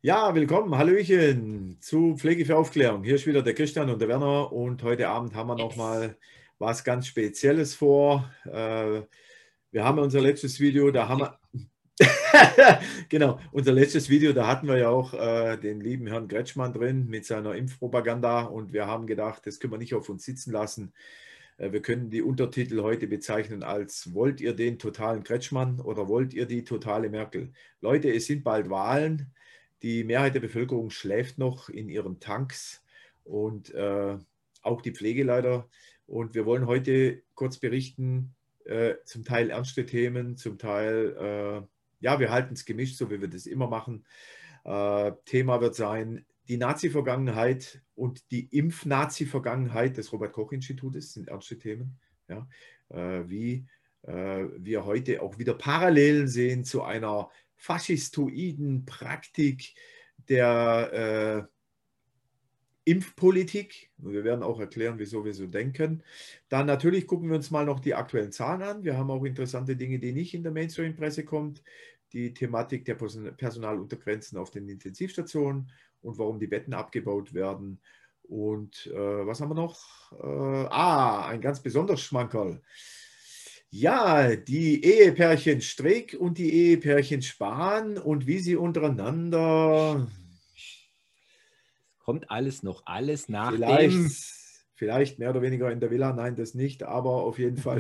Ja, willkommen, Hallöchen zu Pflege für Aufklärung. Hier ist wieder der Christian und der Werner und heute Abend haben wir noch mal was ganz Spezielles vor. Wir haben unser letztes Video, da haben wir genau, unser letztes Video, da hatten wir ja auch den lieben Herrn Kretschmann drin mit seiner Impfpropaganda und wir haben gedacht, das können wir nicht auf uns sitzen lassen. Wir können die Untertitel heute bezeichnen als wollt ihr den totalen Kretschmann oder wollt ihr die totale Merkel? Leute, es sind bald Wahlen. Die Mehrheit der Bevölkerung schläft noch in ihren Tanks und auch die Pflege leider. Und wir wollen heute kurz berichten, zum Teil ernste Themen, zum Teil, ja, wir halten es gemischt, so wie wir das immer machen. Thema wird sein, die Nazi-Vergangenheit und die Impf-Nazi-Vergangenheit des Robert-Koch-Institutes sind ernste Themen. Ja? Wie wir heute auch wieder Parallelen sehen zu einer faschistoiden Praktik der Impfpolitik. Wir werden auch erklären, wieso wir so denken. Dann natürlich gucken wir uns mal noch die aktuellen Zahlen an. Wir haben auch interessante Dinge, die nicht in der Mainstream-Presse kommt. Die Thematik der Personaluntergrenzen auf den Intensivstationen und warum die Betten abgebaut werden. Und was haben wir noch? Ein ganz besonderes Schmankerl. Ja, die Ehepärchen Streeck und die Ehepärchen Spahn und wie sie untereinander. Kommt alles noch, alles nach Vielleicht mehr oder weniger in der Villa, nein, das nicht, aber auf jeden Fall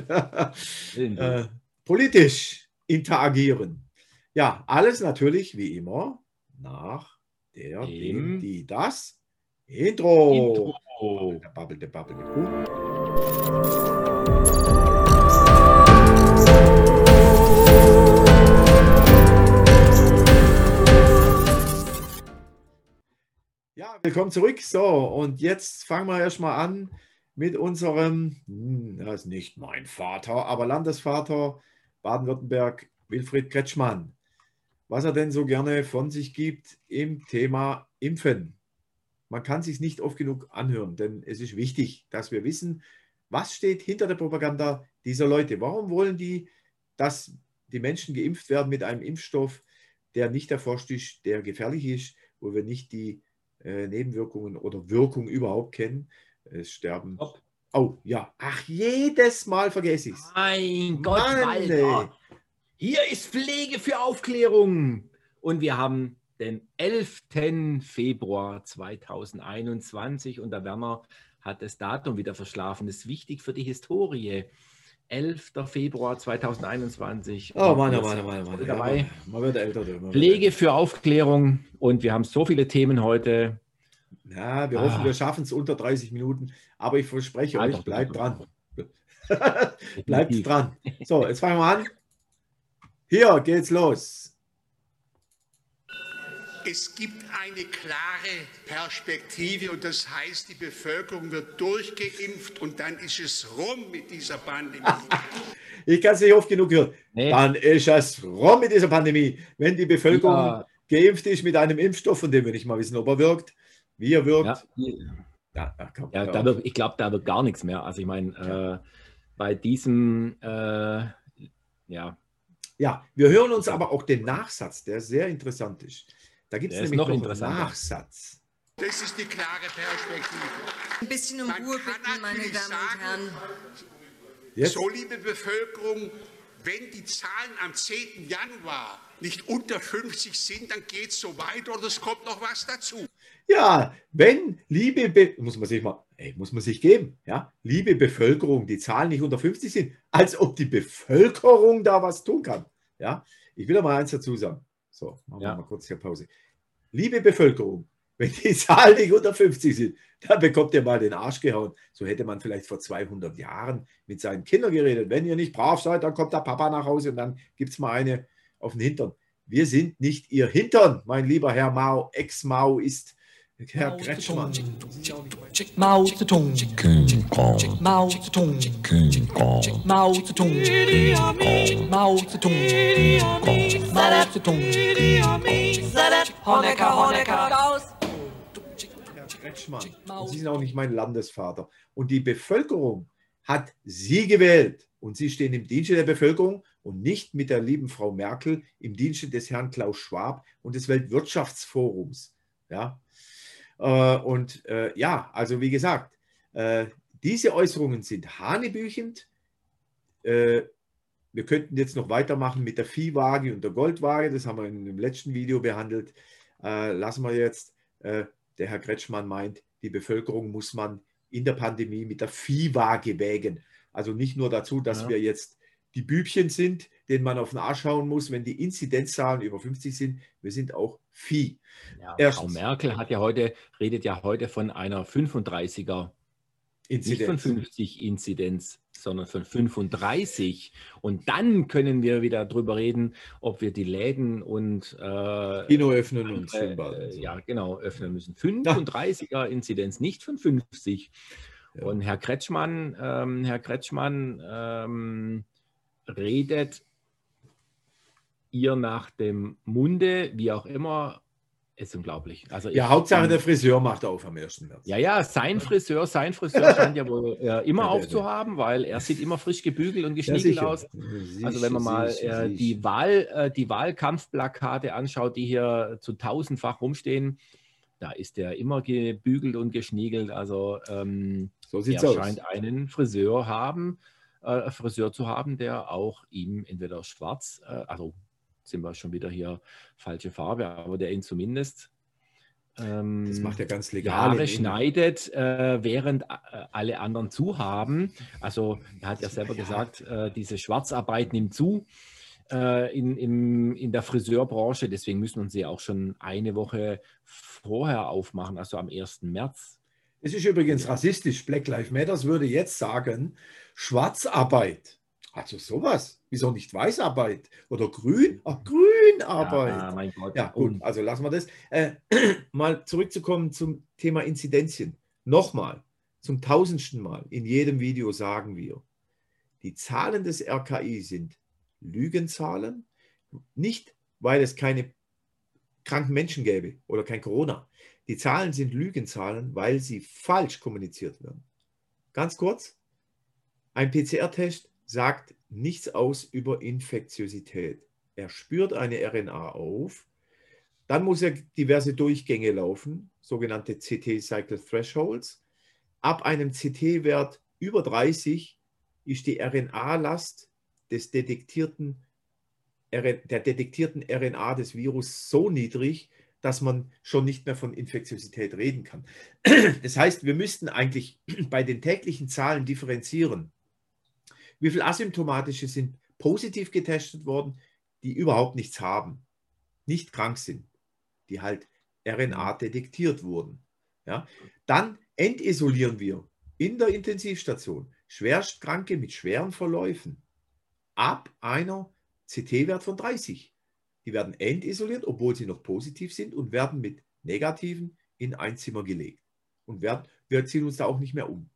politisch interagieren. Ja, alles natürlich wie immer nach das Intro. Der Babbel. Ja, willkommen zurück. So, und jetzt fangen wir erstmal an mit unserem, das ist nicht mein Vater, aber Landesvater Baden-Württemberg, Wilfried Kretschmann. Was er denn so gerne von sich gibt im Thema Impfen. Man kann es sich nicht oft genug anhören, denn es ist wichtig, dass wir wissen, was steht hinter der Propaganda dieser Leute. Warum wollen die, dass die Menschen geimpft werden mit einem Impfstoff, der nicht erforscht ist, der gefährlich ist, wo wir nicht die Nebenwirkungen oder Wirkung überhaupt kennen. Es sterben. Oh ja, ach, jedes Mal vergesse ich es. Mein Gott, Walter. Hier ist Pflege für Aufklärung. Und wir haben den 11. Februar 2021 und der Werner hat das Datum wieder verschlafen. Das ist wichtig für die Historie. 11. Februar 2021. Oh Mann. Dabei. Man wird älter. Pflege für Aufklärung und wir haben so viele Themen heute. Ja, wir hoffen, wir schaffen es unter 30 Minuten, aber ich verspreche euch, bleibt dran. Bleibt dran. So, jetzt fangen wir an. Hier geht's los. Es gibt eine klare Perspektive und das heißt, die Bevölkerung wird durchgeimpft und dann ist es rum mit dieser Pandemie. Ich kann es nicht oft genug hören. Nee. Dann ist es rum mit dieser Pandemie. Wenn die Bevölkerung geimpft ist mit einem Impfstoff, von dem wir nicht mal wissen, ob er wirkt, wie er wirkt. Ich glaube, da wird gar nichts mehr. Also ich meine, bei diesem, Ja, wir hören uns aber auch den Nachsatz, der sehr interessant ist. Da gibt es nämlich noch einen Nachsatz. Das ist die klare Perspektive. Ein bisschen um Ruhe bitten, meine Damen und Herren. Jetzt? So, liebe Bevölkerung, wenn die Zahlen am 10. Januar nicht unter 50 sind, dann geht es so weiter oder es kommt noch was dazu. Ja, wenn, muss man sich geben, ja, liebe Bevölkerung, die Zahlen nicht unter 50 sind, als ob die Bevölkerung da was tun kann. Ja, ich will noch mal eins dazu sagen. So, machen wir mal kurz hier Pause. Liebe Bevölkerung, wenn die Zahlen nicht unter 50 sind, dann bekommt ihr mal den Arsch gehauen. So hätte man vielleicht vor 200 Jahren mit seinen Kindern geredet. Wenn ihr nicht brav seid, dann kommt der Papa nach Hause und dann gibt es mal eine auf den Hintern. Wir sind nicht ihr Hintern, mein lieber Herr Mao, Ex-Maoist, Herr Kretschmann. Mao Zedong. Mao Zedong. Mao Zedong. Mao Zedong. Mao Zedong. Honecker. Herr Kretschmann. Und Sie sind auch nicht mein Landesvater. Und die Bevölkerung hat Sie gewählt. Und Sie stehen im Dienste der Bevölkerung und nicht mit der lieben Frau Merkel im Dienste des Herrn Klaus Schwab und des Weltwirtschaftsforums. Ja? Ja, also wie gesagt, diese Äußerungen sind hanebüchend. Wir könnten jetzt noch weitermachen mit der Viehwaage und der Goldwaage. Das haben wir in dem letzten Video behandelt. Lassen wir jetzt. Der Herr Kretschmann meint, die Bevölkerung muss man in der Pandemie mit der Viehwaage wägen. Also nicht nur dazu, dass wir jetzt die Bübchen sind, denen man auf den Arsch schauen muss, wenn die Inzidenzzahlen über 50 sind. Wir sind auch Vieh. Ja, Frau Merkel redet ja heute von einer 35er Inzidenz. Nicht von 50 Inzidenz, sondern von 35. Und dann können wir wieder darüber reden, ob wir die Läden und Kino öffnen und Schwimmbad. Ja, genau, öffnen müssen. 35er Inzidenz, nicht von 50. Ja. Und Herr Kretschmann redet ihr nach dem Munde, wie auch immer. Ist unglaublich. Also ja, Hauptsache der Friseur macht auf am 1. März. Ja, sein Friseur scheint ja wohl immer aufzuhaben, weil er sieht immer frisch gebügelt und geschniegelt aus. Also wenn man mal die Wahlkampfplakate anschaut, die hier zu tausendfach rumstehen, da ist er immer gebügelt und geschniegelt. Also so sieht's er aus. scheint einen Friseur zu haben, der auch ihm entweder schwarz, also sind wir schon wieder hier falsche Farbe, aber der ihn zumindest das macht er ganz legal. Haare schneidet, während alle anderen zu haben. Also er hat ja selber gesagt, diese Schwarzarbeit nimmt zu in der Friseurbranche. Deswegen müssen wir sie auch schon eine Woche vorher aufmachen, also am 1. März. Es ist übrigens rassistisch. Black Lives Matter würde jetzt sagen, Schwarzarbeit. Also sowas. Wieso nicht Weißarbeit oder Grün? Ach, Grünarbeit. Ja, mein Gott. Ja, gut, also lassen wir das. Mal zurückzukommen zum Thema Inzidenzien. Nochmal, zum 1000. Mal in jedem Video sagen wir, die Zahlen des RKI sind Lügenzahlen, nicht weil es keine kranken Menschen gäbe oder kein Corona. Die Zahlen sind Lügenzahlen, weil sie falsch kommuniziert werden. Ganz kurz, ein PCR-Test sagt nichts aus über Infektiosität. Er spürt eine RNA auf, dann muss er diverse Durchgänge laufen, sogenannte CT-Cycle Thresholds. Ab einem CT-Wert über 30 ist die RNA-Last der detektierten RNA des Virus so niedrig, dass man schon nicht mehr von Infektiosität reden kann. Das heißt, wir müssten eigentlich bei den täglichen Zahlen differenzieren. Wie viele Asymptomatische sind positiv getestet worden, die überhaupt nichts haben, nicht krank sind, die halt RNA detektiert wurden. Ja? Dann entisolieren wir in der Intensivstation Schwerstkranke mit schweren Verläufen ab einer CT-Wert von 30. Die werden entisoliert, obwohl sie noch positiv sind und werden mit Negativen in ein Zimmer gelegt. Und wir ziehen uns da auch nicht mehr um.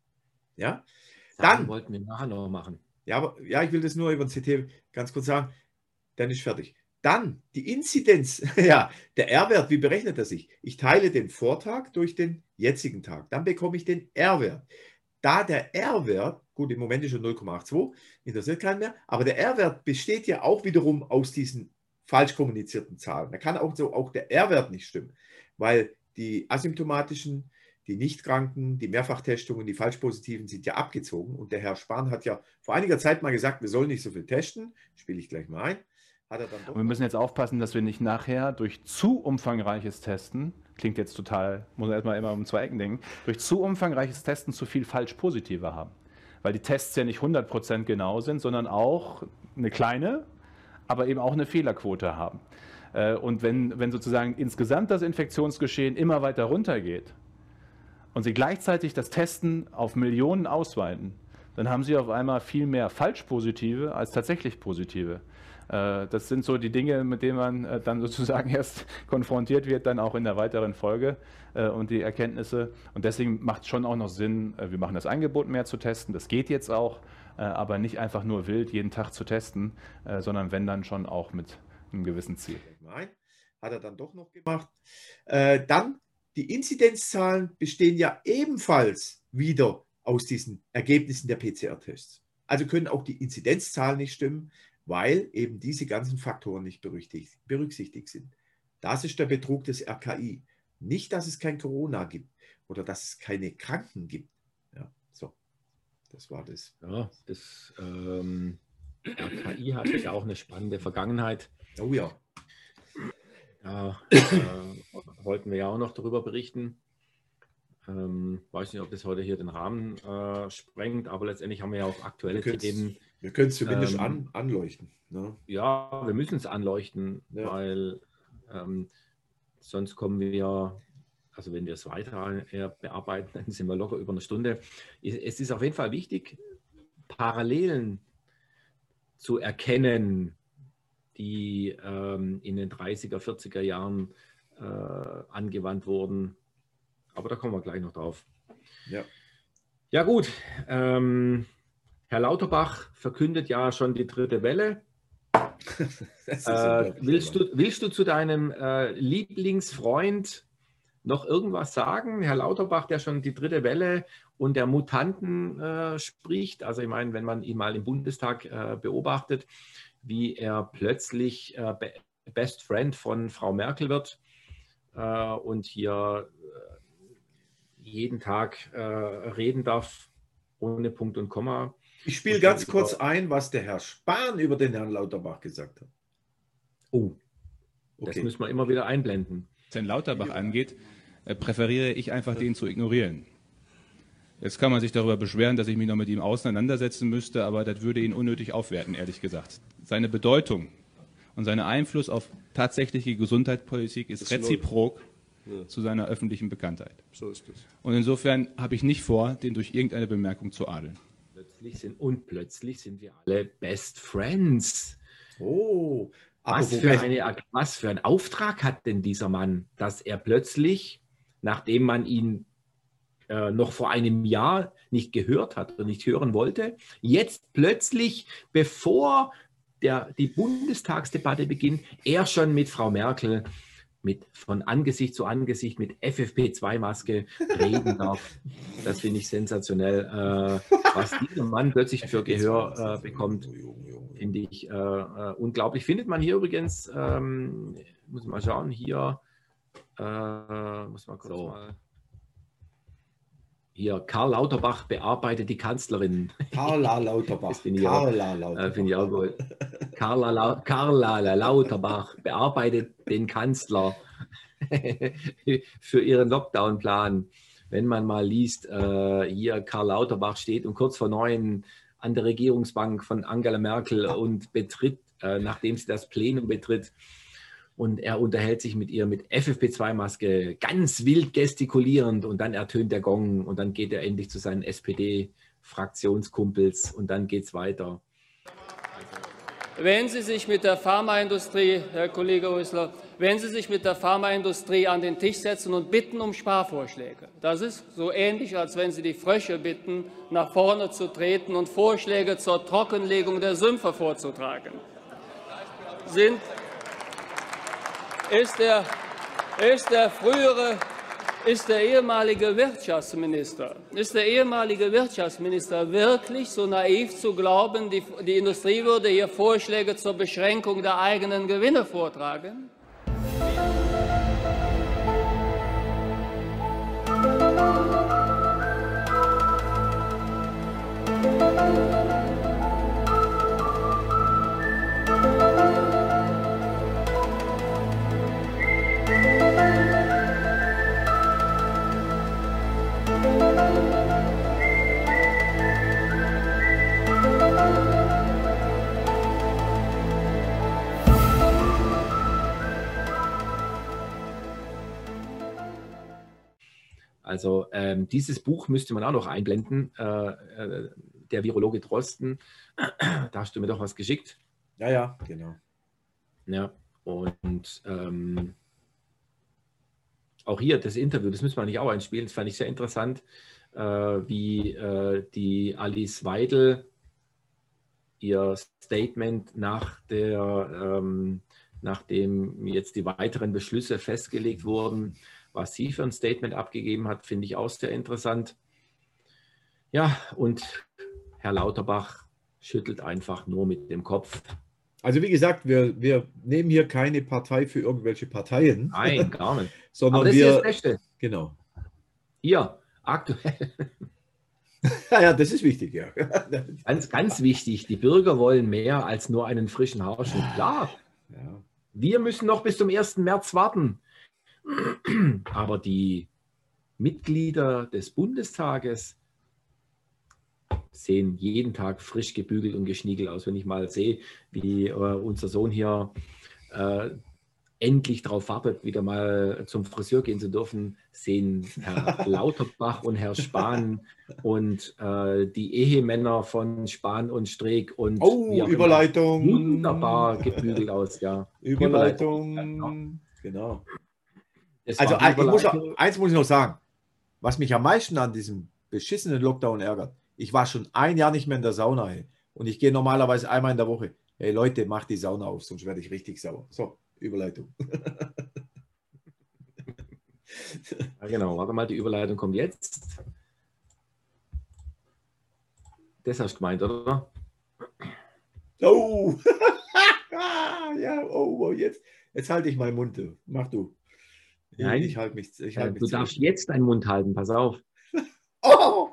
Ja? Dann wollten wir nachher noch machen. Ja, ich will das nur über den CT ganz kurz sagen. Dann ist fertig. Dann die Inzidenz. Ja, der R-Wert, wie berechnet er sich? Ich teile den Vortag durch den jetzigen Tag. Dann bekomme ich den R-Wert. Da der R-Wert, gut, im Moment ist schon 0,82, interessiert keinen mehr, aber der R-Wert besteht ja auch wiederum aus diesen falsch kommunizierten Zahlen. Da kann auch der R-Wert nicht stimmen, weil die asymptomatischen, die Nichtkranken, die Mehrfachtestungen, die Falschpositiven sind ja abgezogen. Und der Herr Spahn hat ja vor einiger Zeit mal gesagt, wir sollen nicht so viel testen. Spiele ich gleich mal ein. Hat er dann doch. Und wir müssen jetzt aufpassen, dass wir nicht nachher durch zu umfangreiches Testen, klingt jetzt total, muss man erstmal immer um zwei Ecken denken, durch zu umfangreiches Testen zu viel Falschpositive haben. Weil die Tests ja nicht 100% genau sind, sondern auch eine kleine, aber eben auch eine Fehlerquote haben. Und wenn sozusagen insgesamt das Infektionsgeschehen immer weiter runtergeht, und Sie gleichzeitig das Testen auf Millionen ausweiten, dann haben Sie auf einmal viel mehr Falschpositive als tatsächlich Positive. Das sind so die Dinge, mit denen man dann sozusagen erst konfrontiert wird, dann auch in der weiteren Folge und die Erkenntnisse. Und deswegen macht es schon auch noch Sinn, wir machen das Angebot mehr zu testen, das geht jetzt auch, aber nicht einfach nur wild jeden Tag zu testen, sondern wenn dann schon auch mit einem gewissen Ziel. Nein, hat er dann doch noch gemacht. Dann die Inzidenzzahlen bestehen ja ebenfalls wieder aus diesen Ergebnissen der PCR-Tests. Also können auch die Inzidenzzahlen nicht stimmen, weil eben diese ganzen Faktoren nicht berücksichtigt sind. Das ist der Betrug des RKI. Nicht, dass es kein Corona gibt oder dass es keine Kranken gibt. Ja, so, das war das. Ja, das RKI hat ja auch eine spannende Vergangenheit. Oh ja. Ja, wollten wir ja auch noch darüber berichten. Weiß nicht, ob das heute hier den Rahmen sprengt, aber letztendlich haben wir ja auch aktuelle Themen. Wir können es zumindest anleuchten. Ne? Ja, wir müssen es anleuchten, weil sonst kommen wir, also wenn wir es weiter bearbeiten, dann sind wir locker über eine Stunde. Es ist auf jeden Fall wichtig, Parallelen zu erkennen, die in den 30er, 40er Jahren angewandt wurden. Aber da kommen wir gleich noch drauf. Ja, ja gut. Herr Lauterbach verkündet ja schon die dritte Welle. Willst du zu deinem Lieblingsfreund noch irgendwas sagen? Herr Lauterbach, der schon die dritte Welle und der Mutanten spricht. Also ich meine, wenn man ihn mal im Bundestag beobachtet, wie er plötzlich Best Friend von Frau Merkel wird und hier jeden Tag reden darf, ohne Punkt und Komma. Ich spiele ganz kurz ein, was der Herr Spahn über den Herrn Lauterbach gesagt hat. Oh, das müssen wir immer wieder einblenden. Was Herrn Lauterbach angeht, präferiere ich einfach, den zu ignorieren. Jetzt kann man sich darüber beschweren, dass ich mich noch mit ihm auseinandersetzen müsste, aber das würde ihn unnötig aufwerten, ehrlich gesagt. Seine Bedeutung und sein Einfluss auf tatsächliche Gesundheitspolitik ist reziprok zu seiner öffentlichen Bekanntheit. So ist es. Und insofern habe ich nicht vor, den durch irgendeine Bemerkung zu adeln. Plötzlich sind wir alle Best Friends. Oh, was für ein Auftrag hat denn dieser Mann, dass er plötzlich, nachdem man ihn noch vor einem Jahr nicht gehört hat oder nicht hören wollte, jetzt plötzlich, bevor die Bundestagsdebatte beginnt, er schon mit Frau Merkel von Angesicht zu Angesicht mit FFP2-Maske reden darf. Das finde ich sensationell. Was dieser Mann plötzlich für Gehör bekommt, finde ich unglaublich. Findet man hier übrigens, muss mal schauen, hier, muss man kurz mal. Hier, Karl Lauterbach bearbeitet die Kanzlerin. Carla Lauterbach. Finde ich auch gut. Carla Lauterbach bearbeitet den Kanzler für ihren Lockdown-Plan. Wenn man mal liest, hier Karl Lauterbach steht um kurz vor 9 an der Regierungsbank von Angela Merkel und betritt, nachdem sie das Plenum betritt, und er unterhält sich mit ihr mit FFP2-Maske, ganz wild gestikulierend, und dann ertönt der Gong und dann geht er endlich zu seinen SPD-Fraktionskumpels und dann geht es weiter. Wenn Sie sich mit der Pharmaindustrie, Herr Kollege Rösler, wenn Sie sich mit der Pharmaindustrie an den Tisch setzen und bitten um Sparvorschläge, das ist so ähnlich, als wenn Sie die Frösche bitten, nach vorne zu treten und Vorschläge zur Trockenlegung der Sümpfe vorzutragen. Ist der ehemalige Wirtschaftsminister wirklich so naiv zu glauben, die Industrie würde hier Vorschläge zur Beschränkung der eigenen Gewinne vortragen? Also dieses Buch müsste man auch noch einblenden, der Virologe Drosten. Da hast du mir doch was geschickt. Ja, genau. Ja, und auch hier das Interview, das müssen wir nicht auch einspielen, das fand ich sehr interessant, wie die Alice Weidel ihr Statement nachdem jetzt die weiteren Beschlüsse festgelegt wurden, was sie für ein Statement abgegeben hat, finde ich auch sehr interessant. Ja, und Herr Lauterbach schüttelt einfach nur mit dem Kopf. Also wie gesagt, wir nehmen hier keine Partei für irgendwelche Parteien. Nein, gar nicht. Sondern aber das ist das Beste. Genau. Hier, aktuell. Ja, das ist wichtig, ja. Ganz, ganz wichtig. Die Bürger wollen mehr als nur einen frischen Haarschnitt. Klar. Ja. Wir müssen noch bis zum 1. März warten. Aber die Mitglieder des Bundestages sehen jeden Tag frisch gebügelt und geschniegelt aus. Wenn ich mal sehe, wie unser Sohn hier endlich darauf wartet, wieder mal zum Friseur gehen zu dürfen, sehen Herr Lauterbach und Herr Spahn und die Ehemänner von Spahn und Streeck und Überleitung. Wunderbar gebügelt aus, ja. Überleitung. Genau. Also eins muss ich noch sagen, was mich am meisten an diesem beschissenen Lockdown ärgert. Ich war schon ein Jahr nicht mehr in der Sauna, hey. Und ich gehe normalerweise einmal in der Woche. Hey Leute, macht die Sauna auf, sonst werde ich richtig sauer. So, Überleitung. Ja, genau, warte mal, die Überleitung kommt jetzt. Das hast du gemeint, oder? Oh! Ja, oh, jetzt halte ich meinen Mund. Du. Mach du. Nein, ich halte mich. Du darfst jetzt deinen Mund halten, pass auf. Oh!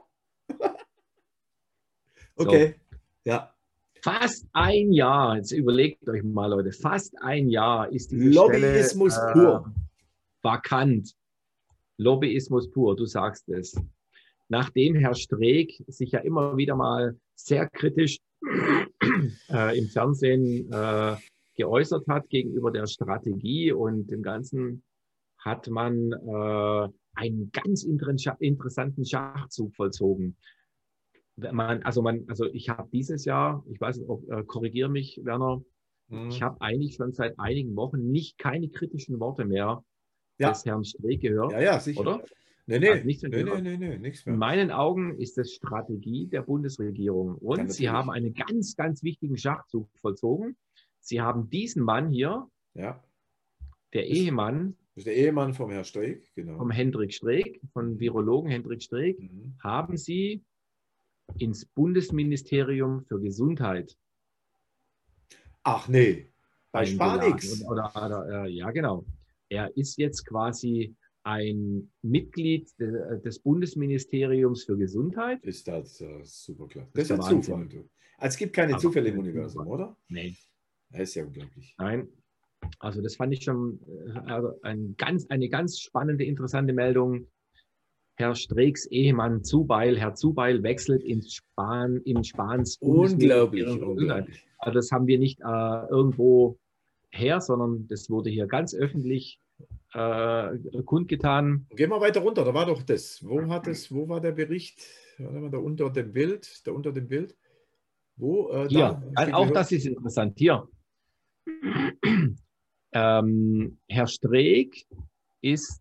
Okay, so. Ja. Fast ein Jahr, jetzt überlegt euch mal, Leute, fast ein Jahr ist diese Lobbyismus Stelle, pur. Vakant. Lobbyismus pur, du sagst es. Nachdem Herr Streeck sich ja immer wieder mal sehr kritisch im Fernsehen geäußert hat gegenüber der Strategie und dem Ganzen, hat man einen ganz interessanten Schachzug vollzogen. Also ich habe dieses Jahr, ich weiß nicht, korrigiere mich, Werner, ich habe eigentlich schon seit einigen Wochen keine kritischen Worte mehr des Herrn Streeck gehört. Ja, sicher. Oder? Nee, also nichts mehr. In meinen Augen ist das Strategie der Bundesregierung. Und sie haben einen ganz, ganz wichtigen Schachzug vollzogen. Sie haben diesen Mann hier, der Ehemann, das ist der Ehemann vom Herrn Streeck, genau. Vom Hendrik Streeck, von Virologen Hendrik Streeck, haben sie ins Bundesministerium für Gesundheit. Ach nee, bei Sparnix. Ja, genau. Er ist jetzt quasi ein Mitglied des Bundesministeriums für Gesundheit. Ist das super klar. Das ist ein Zufall. Also es gibt keine Zufälle im Universum, oder? Nee. Das ist ja unglaublich. Nein. Also das fand ich schon eine ganz spannende, interessante Meldung. Herr Streecks Ehemann Herr Zubeil wechselt in Spahns Unglaublich. Also das haben wir nicht irgendwo her, sondern das wurde hier ganz öffentlich kundgetan. Gehen wir weiter runter, da war doch das. Wo war der Bericht? Da unter dem Bild. Wo? Hier, auch das ist interessant. Hier. Herr Streeck ist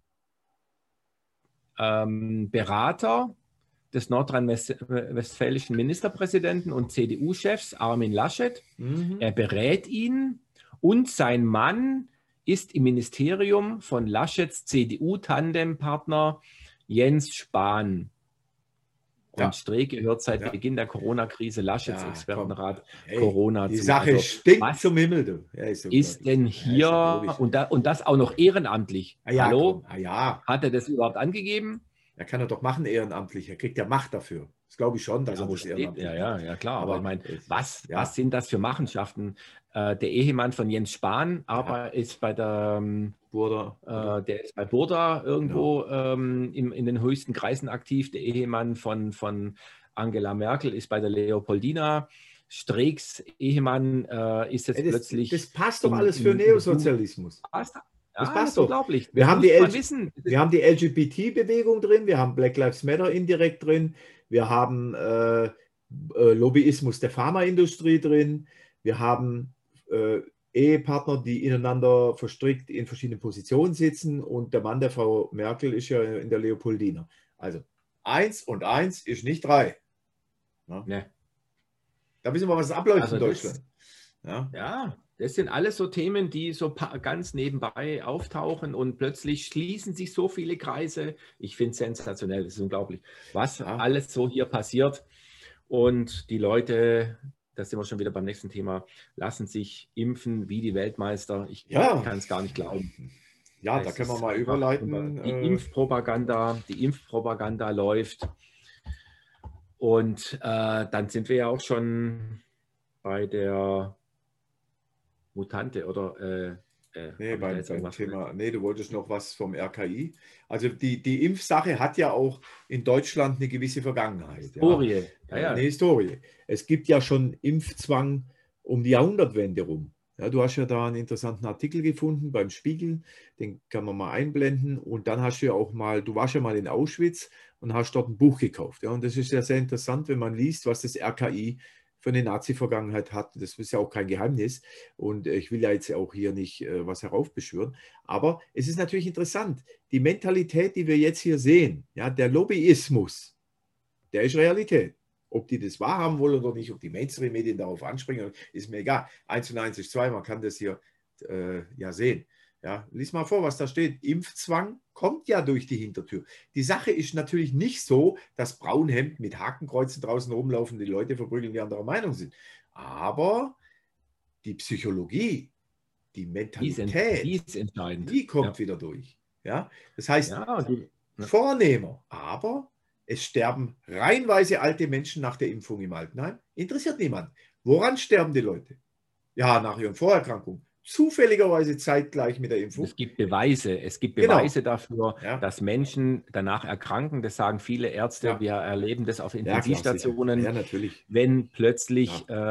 Berater des nordrhein-westfälischen Ministerpräsidenten und CDU-Chefs Armin Laschet. Er berät ihn und sein Mann ist im Ministerium von Laschets CDU-Tandempartner Jens Spahn. Und Streeck gehört seit Beginn der Corona-Krise Laschets Expertenrat Corona die Sache stinkt zum Himmel. Du. Ja, ist denn hier, und das auch noch ehrenamtlich? Hallo? Hat er das überhaupt angegeben? Er kann er doch machen ehrenamtlich. Er kriegt ja Macht dafür. Das glaube ich schon, dass er das ehrenamtlich macht. Ja, klar. Aber ich meine, was sind das für Machenschaften? Der Ehemann von Jens Spahn ist bei der Burda. Der ist bei Burda irgendwo in den höchsten Kreisen aktiv. Der Ehemann von Angela Merkel ist bei der Leopoldina. Streecks Ehemann ist jetzt plötzlich... Das passt doch alles für Neosozialismus. Das passt doch. Unglaublich. Wir haben die LGBT-Bewegung drin, wir haben Black Lives Matter indirekt drin, wir haben Lobbyismus der Pharmaindustrie drin, wir haben Ehepartner, die ineinander verstrickt in verschiedenen Positionen sitzen und der Mann der Frau Merkel ist ja in der Leopoldina. Also 1 und 1 ist nicht 3. Nee. Da wissen wir, was abläuft in Deutschland. Ja, das sind alles so Themen, die so ganz nebenbei auftauchen und plötzlich schließen sich so viele Kreise. Ich finde es sensationell, das ist unglaublich, was alles so hier passiert. Und die Leute da sind wir schon wieder beim nächsten Thema, lassen sich impfen wie die Weltmeister. Ich Ja. kann es gar nicht glauben. Ja, da können wir mal überleiten. Die Impfpropaganda läuft. Und dann sind wir ja auch schon bei der Mutante, oder? Nee, beim Thema. Nee, du wolltest noch was vom RKI. Also die Impfsache hat ja auch in Deutschland eine gewisse Vergangenheit. Historie. Ja. Eine Historie. Es gibt ja schon Impfzwang um die Jahrhundertwende rum. Ja, du hast ja da einen interessanten Artikel gefunden beim Spiegel, den kann man mal einblenden. Und dann hast du ja auch mal, du warst ja mal in Auschwitz und hast dort ein Buch gekauft. Ja, und das ist ja sehr interessant, wenn man liest, was das RKI für eine Nazi-Vergangenheit hat. Das ist ja auch kein Geheimnis. Und ich will ja jetzt auch hier nicht was heraufbeschwören. Aber es ist natürlich interessant. Die Mentalität, die wir jetzt hier sehen, ja, der Lobbyismus, der ist Realität. Ob die das wahrhaben wollen oder nicht, ob die Mainstream-Medien darauf anspringen, ist mir egal. 1 und 1 ist 2, man kann das hier ja sehen. Ja, lies mal vor, was da steht. Impfzwang kommt ja durch die Hintertür. Die Sache ist natürlich nicht so, dass Braunhemd mit Hakenkreuzen draußen rumlaufen, die Leute verprügeln, die anderer Meinung sind. Aber die Psychologie, die Mentalität, die ist entscheidend. Die kommt wieder durch. Ja? Das heißt, Vornehmer, aber es sterben reihenweise alte Menschen nach der Impfung im Altenheim. Interessiert niemand. Woran sterben die Leute? Ja, nach ihren Vorerkrankungen. Zufälligerweise zeitgleich mit der Impfung. Es gibt Beweise. Es gibt Beweise dafür, dass Menschen danach erkranken. Das sagen viele Ärzte. Ja. Wir erleben das auf Intensivstationen. Ja, natürlich. Wenn plötzlich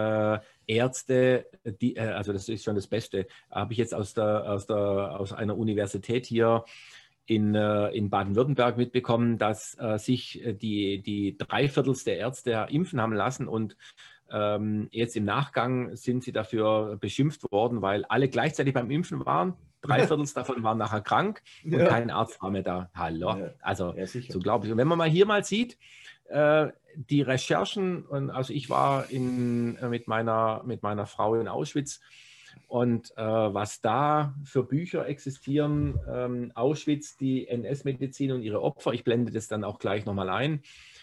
Ärzte, also das ist schon das Beste, habe ich jetzt aus einer Universität hier in Baden-Württemberg mitbekommen, dass sich die 3/4 der Ärzte impfen haben lassen und jetzt im Nachgang sind sie dafür beschimpft worden, weil alle gleichzeitig beim Impfen waren. 3/4 davon waren nachher krank und kein Arzt war mehr da. Hallo. Ja. Also so glaube ich. Und wenn man mal sieht, die Recherchen, und also ich war mit meiner Frau in Auschwitz und was da für Bücher existieren, Auschwitz, die NS-Medizin und ihre Opfer, ich blende das dann auch gleich nochmal ein,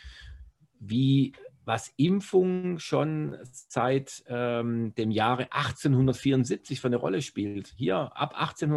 was Impfung schon seit dem Jahre 1874 für eine Rolle spielt. Hier ab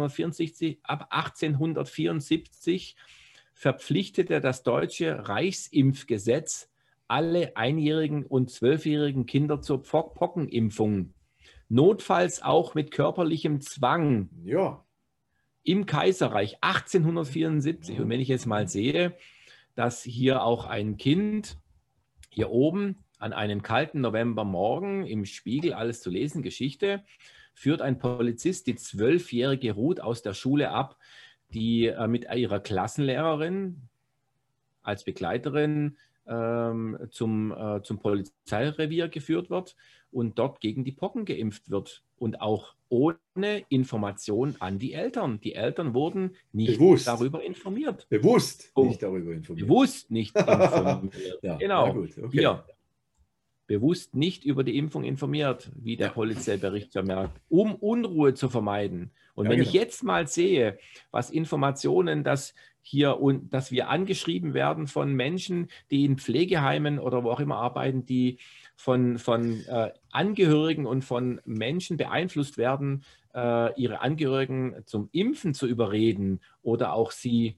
1874 verpflichtete das deutsche Reichsimpfgesetz alle 1-jährigen und 12-jährigen Kinder zur Pockenimpfung. Notfalls auch mit körperlichem Zwang. Ja. Im Kaiserreich 1874. Und wenn ich jetzt mal sehe, dass hier auch ein Kind hier oben an einem kalten Novembermorgen im Spiegel, alles zu lesen, Geschichte, führt ein Polizist die 12-jährige Ruth aus der Schule ab, die mit ihrer Klassenlehrerin als Begleiterin zum Polizeirevier geführt wird und dort gegen die Pocken geimpft wird. Und auch ohne Information an die Eltern. Die Eltern wurden nicht darüber informiert. Bewusst nicht darüber informiert. Bewusst nicht informiert. Ja, genau. Gut, okay. Hier. Bewusst nicht über die Impfung informiert, wie der Polizeibericht vermerkt, um Unruhe zu vermeiden. Und wenn ich jetzt mal sehe, was Informationen, dass wir angeschrieben werden von Menschen, die in Pflegeheimen oder wo auch immer arbeiten, die von Angehörigen und von Menschen beeinflusst werden, ihre Angehörigen zum Impfen zu überreden oder auch sie,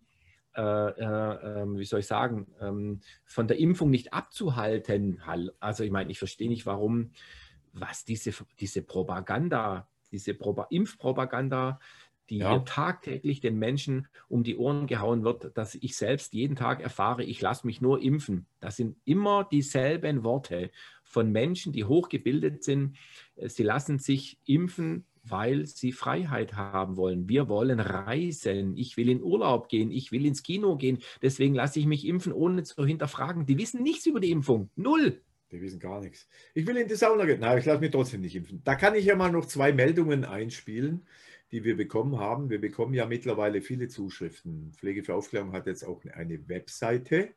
wie soll ich sagen, von der Impfung nicht abzuhalten. Also ich meine, ich verstehe nicht, was diese Propaganda, Impfpropaganda, die hier tagtäglich den Menschen um die Ohren gehauen wird, dass ich selbst jeden Tag erfahre, ich lasse mich nur impfen. Das sind immer dieselben Worte von Menschen, die hochgebildet sind. Sie lassen sich impfen, weil sie Freiheit haben wollen. Wir wollen reisen. Ich will in Urlaub gehen. Ich will ins Kino gehen. Deswegen lasse ich mich impfen, ohne zu hinterfragen. Die wissen nichts über die Impfung. Null. Die wissen gar nichts. Ich will in die Sauna gehen. Nein, ich lasse mich trotzdem nicht impfen. Da kann ich ja mal noch 2 Meldungen einspielen, die wir bekommen haben. Wir bekommen ja mittlerweile viele Zuschriften. Pflege für Aufklärung hat jetzt auch eine Webseite.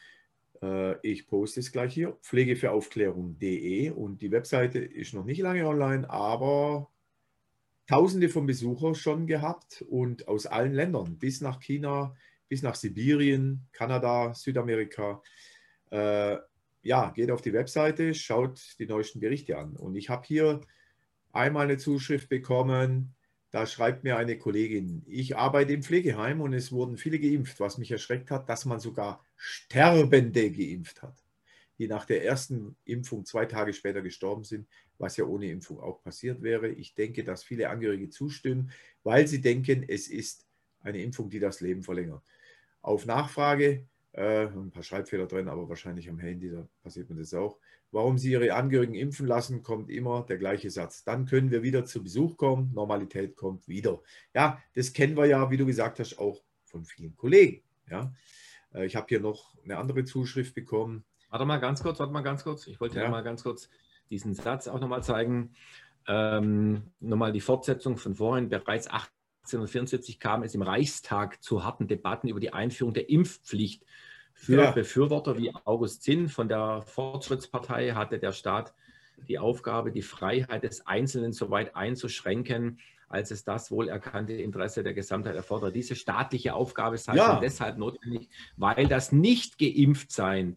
Ich poste es gleich hier. pflegefüraufklärung.de, und die Webseite ist noch nicht lange online, aber Tausende von Besuchern schon gehabt und aus allen Ländern, bis nach China, bis nach Sibirien, Kanada, Südamerika. ja, geht auf die Webseite, schaut die neuesten Berichte an. Und ich habe hier einmal eine Zuschrift bekommen, da schreibt mir eine Kollegin, ich arbeite im Pflegeheim und es wurden viele geimpft, was mich erschreckt hat, dass man sogar Sterbende geimpft hat, die nach der ersten Impfung 2 Tage später gestorben sind, was ja ohne Impfung auch passiert wäre. Ich denke, dass viele Angehörige zustimmen, weil sie denken, es ist eine Impfung, die das Leben verlängert. Auf Nachfrage, ein paar Schreibfehler drin, aber wahrscheinlich am Handy, da passiert mir das auch. Warum Sie Ihre Angehörigen impfen lassen, kommt immer der gleiche Satz. Dann können wir wieder zu Besuch kommen, Normalität kommt wieder. Ja, das kennen wir ja, wie du gesagt hast, auch von vielen Kollegen. Ja, ich habe hier noch eine andere Zuschrift bekommen. Warte mal ganz kurz. Ich wollte ja mal ganz kurz diesen Satz auch nochmal zeigen. Nochmal die Fortsetzung von vorhin. Bereits 1874 kam es im Reichstag zu harten Debatten über die Einführung der Impfpflicht. Für Befürworter wie August Zinn von der Fortschrittspartei hatte der Staat die Aufgabe, die Freiheit des Einzelnen so weit einzuschränken, als es das wohlerkannte Interesse der Gesamtheit erfordert. Diese staatliche Aufgabe sei schon deshalb notwendig, weil das Nicht-Geimpftsein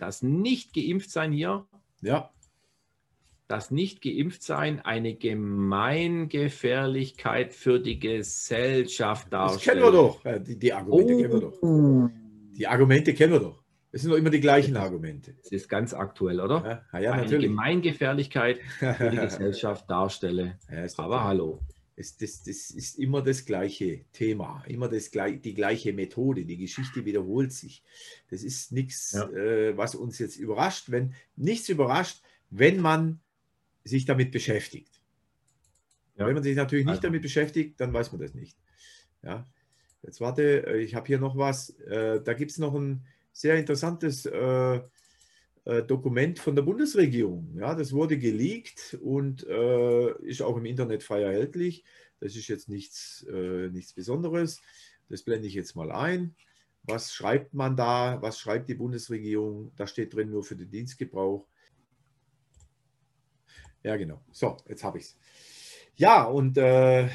hier, das Nicht-Geimpftsein eine Gemeingefährlichkeit für die Gesellschaft darstellt. Das kennen wir doch. Die Argumente kennen wir doch. Die Argumente kennen wir doch. Es sind doch immer die gleichen Argumente. Das ist ganz aktuell, oder? Ja, eine natürlich. Gemeingefährlichkeit für die Gesellschaft darstelle. Aber hallo. Das ist immer das gleiche Thema, immer die gleiche Methode. Die Geschichte wiederholt sich. Das ist nichts, was uns jetzt überrascht. Nichts überrascht, wenn man sich damit beschäftigt. Ja. Wenn man sich natürlich nicht damit beschäftigt, dann weiß man das nicht. Ja. Jetzt warte, ich habe hier noch was. Da gibt es noch ein sehr interessantes Dokument von der Bundesregierung. Ja, das wurde geleakt und ist auch im Internet frei erhältlich. Das ist jetzt nichts Besonderes. Das blende ich jetzt mal ein. Was schreibt man da? Was schreibt die Bundesregierung? Da steht drin nur für den Dienstgebrauch. Ja, genau. So, jetzt habe ich es. Ja, und da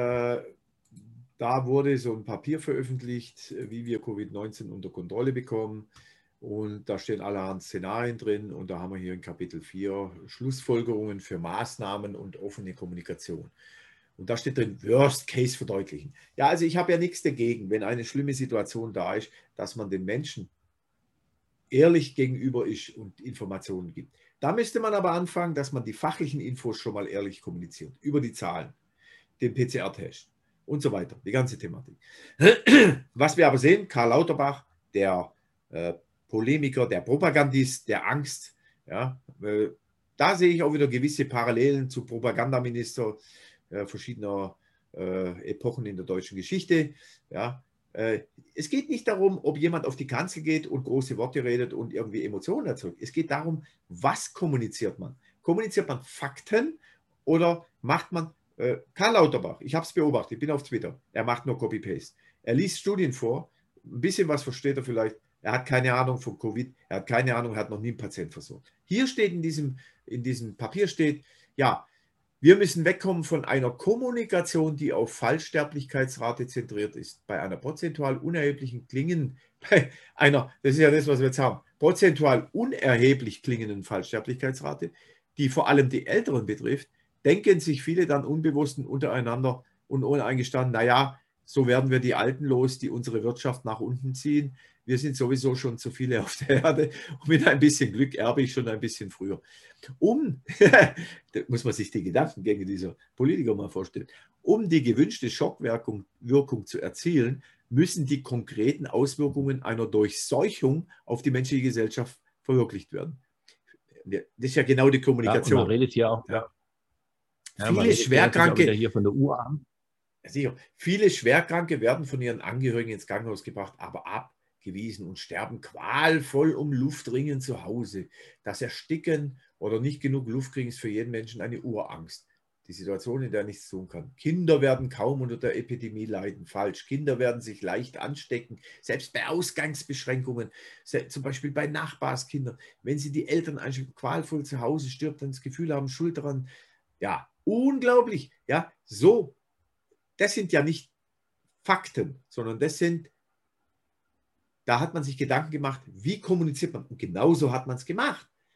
wurde so ein Papier veröffentlicht, wie wir Covid-19 unter Kontrolle bekommen. Und da stehen allerhand Szenarien drin. Und da haben wir hier in Kapitel 4 Schlussfolgerungen für Maßnahmen und offene Kommunikation. Und da steht drin, Worst Case verdeutlichen. Ja, also ich habe ja nichts dagegen, wenn eine schlimme Situation da ist, dass man den Menschen ehrlich gegenüber ist und Informationen gibt. Da müsste man aber anfangen, dass man die fachlichen Infos schon mal ehrlich kommuniziert. Über die Zahlen, den PCR-Test und so weiter. Die ganze Thematik. Was wir aber sehen, Karl Lauterbach, der Polemiker, der Propagandist, der Angst, ja, da sehe ich auch wieder gewisse Parallelen zu Propagandaminister verschiedener Epochen in der deutschen Geschichte. Ja. Es geht nicht darum, ob jemand auf die Kanzel geht und große Worte redet und irgendwie Emotionen erzeugt. Es geht darum, was kommuniziert man? Kommuniziert man Fakten oder macht man, Karl Lauterbach, ich habe es beobachtet, ich bin auf Twitter, er macht nur Copy-Paste. Er liest Studien vor, ein bisschen was versteht er vielleicht, er hat keine Ahnung von Covid, er hat keine Ahnung, er hat noch nie einen Patienten versorgt. Hier steht in diesem Papier steht, ja, wir müssen wegkommen von einer Kommunikation, die auf Fallsterblichkeitsrate zentriert ist. Bei einer prozentual unerheblichen das ist ja das, was wir jetzt haben, prozentual unerheblich klingenden Fallsterblichkeitsrate, die vor allem die Älteren betrifft, denken sich viele dann unbewusst untereinander und uneingestanden, naja, so werden wir die Alten los, die unsere Wirtschaft nach unten ziehen. Wir sind sowieso schon zu viele auf der Erde und mit ein bisschen Glück erbe ich schon ein bisschen früher. Da muss man sich die Gedankengänge dieser Politiker mal vorstellen. Um die gewünschte Schockwirkung zu erzielen, müssen die konkreten Auswirkungen einer Durchseuchung auf die menschliche Gesellschaft verwirklicht werden. Das ist ja genau die Kommunikation. Ja, man redet hier auch. Ja. Viele Schwerkranke hier von der Uhr an. Sicher, viele Schwerkranke werden von ihren Angehörigen ins Krankenhaus gebracht, aber abgewiesen und sterben qualvoll um Luft ringen zu Hause. Das Ersticken oder nicht genug Luft kriegen ist für jeden Menschen eine Urangst. Die Situation, in der er nichts tun kann. Kinder werden kaum unter der Epidemie leiden. Falsch. Kinder werden sich leicht anstecken, selbst bei Ausgangsbeschränkungen, zum Beispiel bei Nachbarskindern. Wenn sie die Eltern einstecken, qualvoll zu Hause stirbt, dann das Gefühl haben, Schuld daran. Ja, unglaublich. Ja, so. Das sind ja nicht Fakten, sondern da hat man sich Gedanken gemacht, wie kommuniziert man. Und genauso hat man es gemacht.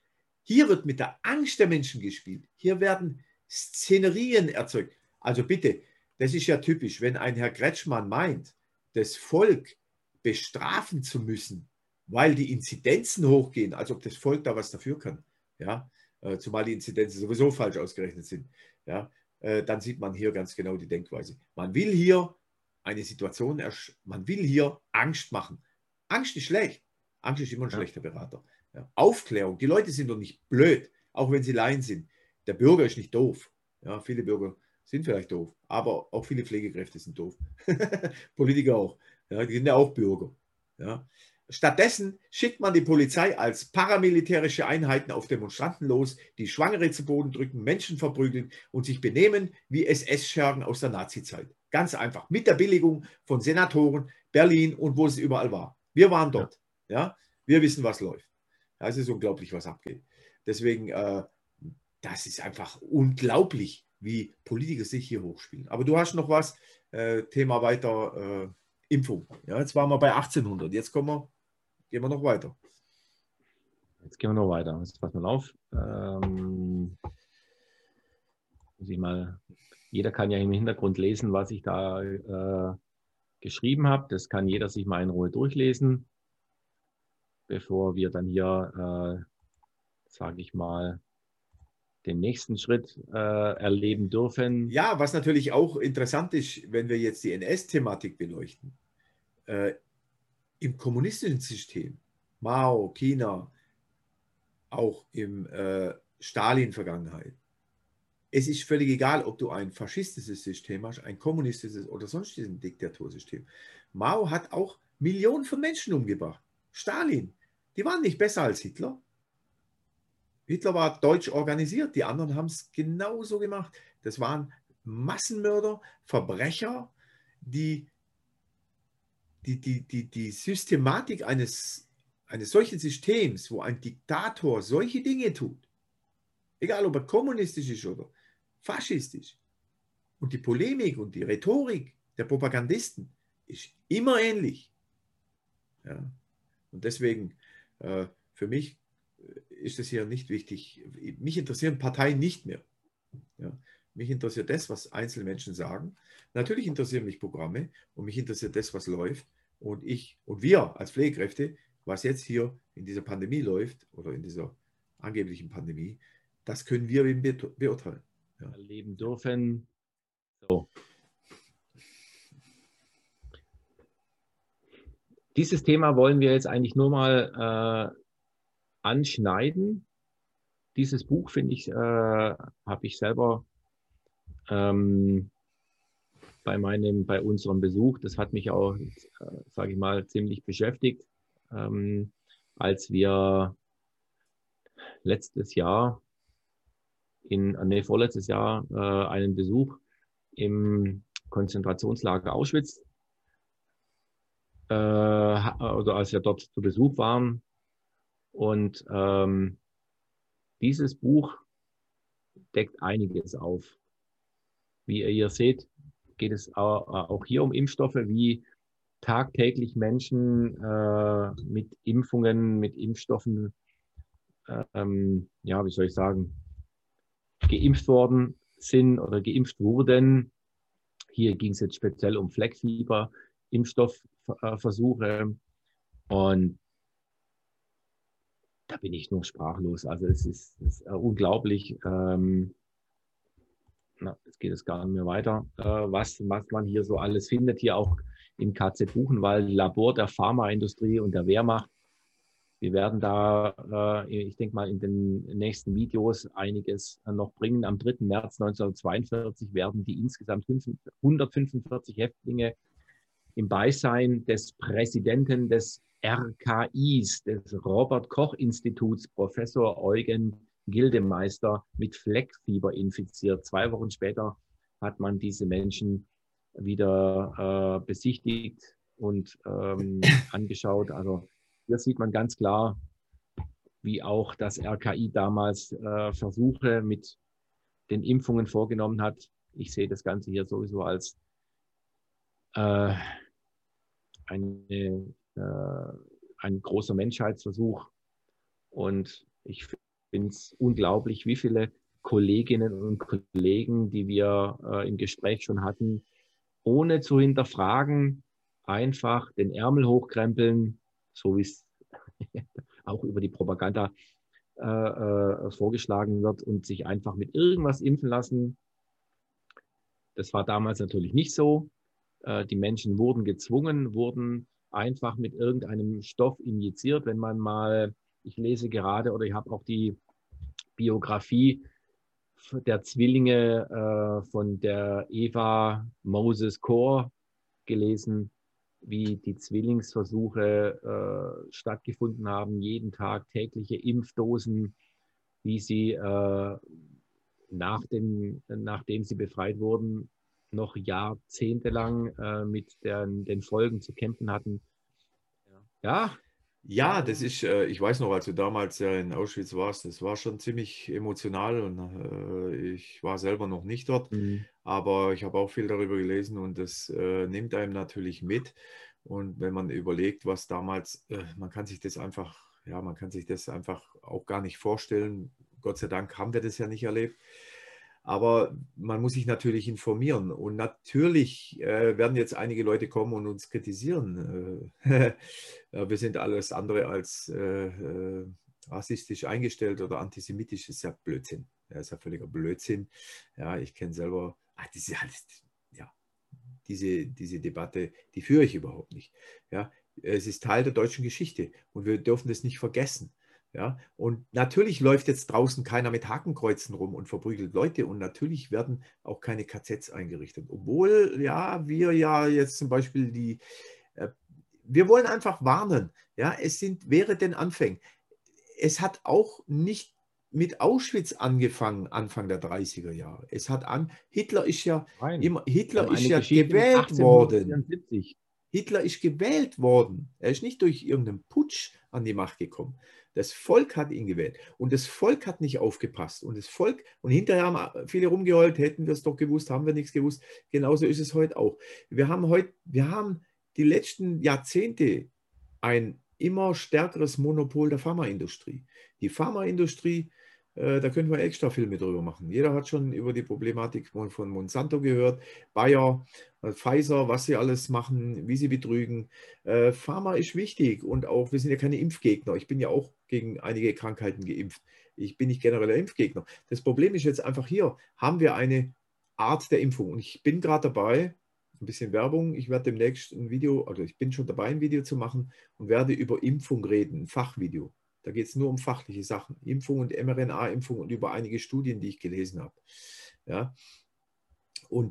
Hier wird mit der Angst der Menschen gespielt. Hier werden Szenerien erzeugt. Also bitte, das ist ja typisch, wenn ein Herr Kretschmann meint, das Volk bestrafen zu müssen, weil die Inzidenzen hochgehen, als ob das Volk da was dafür kann. Ja? Zumal die Inzidenzen sowieso falsch ausgerechnet sind. Ja? Dann sieht man hier ganz genau die Denkweise. Man will hier eine Situation, man will hier Angst machen. Angst ist schlecht. Angst ist immer ein schlechter Berater. Ja? Aufklärung. Die Leute sind doch nicht blöd, auch wenn sie Laien sind. Der Bürger ist nicht doof. Ja, viele Bürger sind vielleicht doof, aber auch viele Pflegekräfte sind doof. Politiker auch. Ja, die sind ja auch Bürger. Ja. Stattdessen schickt man die Polizei als paramilitärische Einheiten auf Demonstranten los, die Schwangere zu Boden drücken, Menschen verprügeln und sich benehmen wie SS-Schergen aus der Nazizeit. Ganz einfach. Mit der Billigung von Senatoren, Berlin und wo es überall war. Wir waren dort. Ja. Wir wissen, was läuft. Ja, es ist unglaublich, was abgeht. Deswegen, das ist einfach unglaublich, wie Politiker sich hier hochspielen. Aber du hast noch was, Thema weiter, Impfung. Ja, jetzt waren wir bei 1800, jetzt gehen wir noch weiter. Jetzt gehen wir noch weiter. Jetzt pass mal auf. Jeder kann ja im Hintergrund lesen, was ich da geschrieben habe. Das kann jeder sich mal in Ruhe durchlesen, bevor wir dann hier, sage ich mal, den nächsten Schritt erleben dürfen. Ja, was natürlich auch interessant ist, wenn wir jetzt die NS-Thematik beleuchten. Im kommunistischen System, Mao, China, auch im Stalin-Vergangenheit, es ist völlig egal, ob du ein faschistisches System hast, ein kommunistisches oder sonstiges Diktatursystem. Mao hat auch Millionen von Menschen umgebracht. Stalin, die waren nicht besser als Hitler. Hitler war deutsch organisiert, die anderen haben es genauso gemacht. Das waren Massenmörder, Verbrecher, die Systematik eines solchen Systems, wo ein Diktator solche Dinge tut, egal ob er kommunistisch ist oder faschistisch, und die Polemik und die Rhetorik der Propagandisten ist immer ähnlich. Ja. Und deswegen, für mich ist es hier nicht wichtig. Mich interessieren Parteien nicht mehr. Ja. Mich interessiert das, was einzelne Menschen sagen. Natürlich interessieren mich Programme und mich interessiert das, was läuft. Und wir als Pflegekräfte, was jetzt hier in dieser Pandemie läuft oder in dieser angeblichen Pandemie, das können wir eben beurteilen. Ja. Erleben dürfen. So. Dieses Thema wollen wir jetzt eigentlich nur mal anschneiden. Dieses Buch, finde ich, habe ich selber bei unserem Besuch, das hat mich auch, sage ich mal, ziemlich beschäftigt, als wir vorletztes Jahr einen Besuch im Konzentrationslager Auschwitz, oder als wir dort zu Besuch waren. Und dieses Buch deckt einiges auf. Wie ihr hier seht, geht es auch hier um Impfstoffe, wie tagtäglich Menschen mit Impfungen, mit Impfstoffen, ja, wie soll ich sagen, geimpft worden sind oder geimpft wurden. Hier ging es jetzt speziell um Fleckfieber, Impfstoffversuche. Und da bin ich nur sprachlos. Also es ist unglaublich. Jetzt geht es gar nicht mehr weiter. Was man hier so alles findet, hier auch im KZ Buchenwald, Labor der Pharmaindustrie und der Wehrmacht. Wir werden da, ich denke mal, in den nächsten Videos einiges noch bringen. Am 3. März 1942 werden die insgesamt 145 Häftlinge im Beisein des Präsidenten des RKIs, des Robert-Koch-Instituts, Professor Eugen Gildemeister, mit Fleckfieber infiziert. 2 Wochen später hat man diese Menschen wieder besichtigt und angeschaut. Also hier sieht man ganz klar, wie auch das RKI damals Versuche mit den Impfungen vorgenommen hat. Ich sehe das Ganze hier sowieso als ein großer Menschheitsversuch. Und ich finde es unglaublich, wie viele Kolleginnen und Kollegen, die wir im Gespräch schon hatten, ohne zu hinterfragen, einfach den Ärmel hochkrempeln, so wie es auch über die Propaganda vorgeschlagen wird und sich einfach mit irgendwas impfen lassen. Das war damals natürlich nicht so. Die Menschen wurden gezwungen, wurden einfach mit irgendeinem Stoff injiziert. Wenn man mal, ich lese gerade oder ich habe auch die Biografie der Zwillinge von der Eva Moses Kor gelesen, wie die Zwillingsversuche stattgefunden haben, jeden Tag tägliche Impfdosen, wie sie nachdem sie befreit wurden, noch jahrzehntelang mit den Folgen zu kämpfen hatten. Ja. Ja, das ist, ich weiß noch, als du damals in Auschwitz warst, das war schon ziemlich emotional und ich war selber noch nicht dort, aber ich habe auch viel darüber gelesen und das nimmt einem natürlich mit. Und wenn man überlegt, was damals, man kann sich das einfach auch gar nicht vorstellen. Gott sei Dank haben wir das ja nicht erlebt. Aber man muss sich natürlich informieren. Und natürlich werden jetzt einige Leute kommen und uns kritisieren. Wir sind alles andere als rassistisch eingestellt oder antisemitisch. Das ist ja Blödsinn. Das ist ja völliger Blödsinn. Ja, ich kenne selber, diese Debatte, die führe ich überhaupt nicht. Ja, es ist Teil der deutschen Geschichte und wir dürfen das nicht vergessen. Ja, und natürlich läuft jetzt draußen keiner mit Hakenkreuzen rum und verprügelt Leute und natürlich werden auch keine KZs eingerichtet. Obwohl, ja, wir ja jetzt zum Beispiel wir wollen einfach warnen. Ja, wäre den Anfängen. Es hat auch nicht mit Auschwitz angefangen, Anfang der 30er Jahre. Hitler ist ja gewählt worden. Hitler ist gewählt worden. Er ist nicht durch irgendeinen Putsch an die Macht gekommen. Das Volk hat ihn gewählt und das Volk hat nicht aufgepasst. Und hinterher haben viele rumgeheult, hätten wir es doch gewusst, haben wir nichts gewusst. Genauso ist es heute auch. Wir haben die letzten Jahrzehnte ein immer stärkeres Monopol der Pharmaindustrie. Die Pharmaindustrie, da könnten wir extra Filme drüber machen. Jeder hat schon über die Problematik von Monsanto gehört, Bayer, Pfizer, was sie alles machen, wie sie betrügen. Pharma ist wichtig und auch, wir sind ja keine Impfgegner. Ich bin ja auch gegen einige Krankheiten geimpft. Ich bin nicht genereller Impfgegner. Das Problem ist jetzt einfach hier, haben wir eine Art der Impfung. Und ich bin gerade dabei, ein bisschen Werbung, ich werde demnächst ich bin schon dabei, ein Video zu machen und werde über Impfung reden, ein Fachvideo. Da geht es nur um fachliche Sachen, Impfung und mRNA-Impfung und über einige Studien, die ich gelesen habe. Ja. Und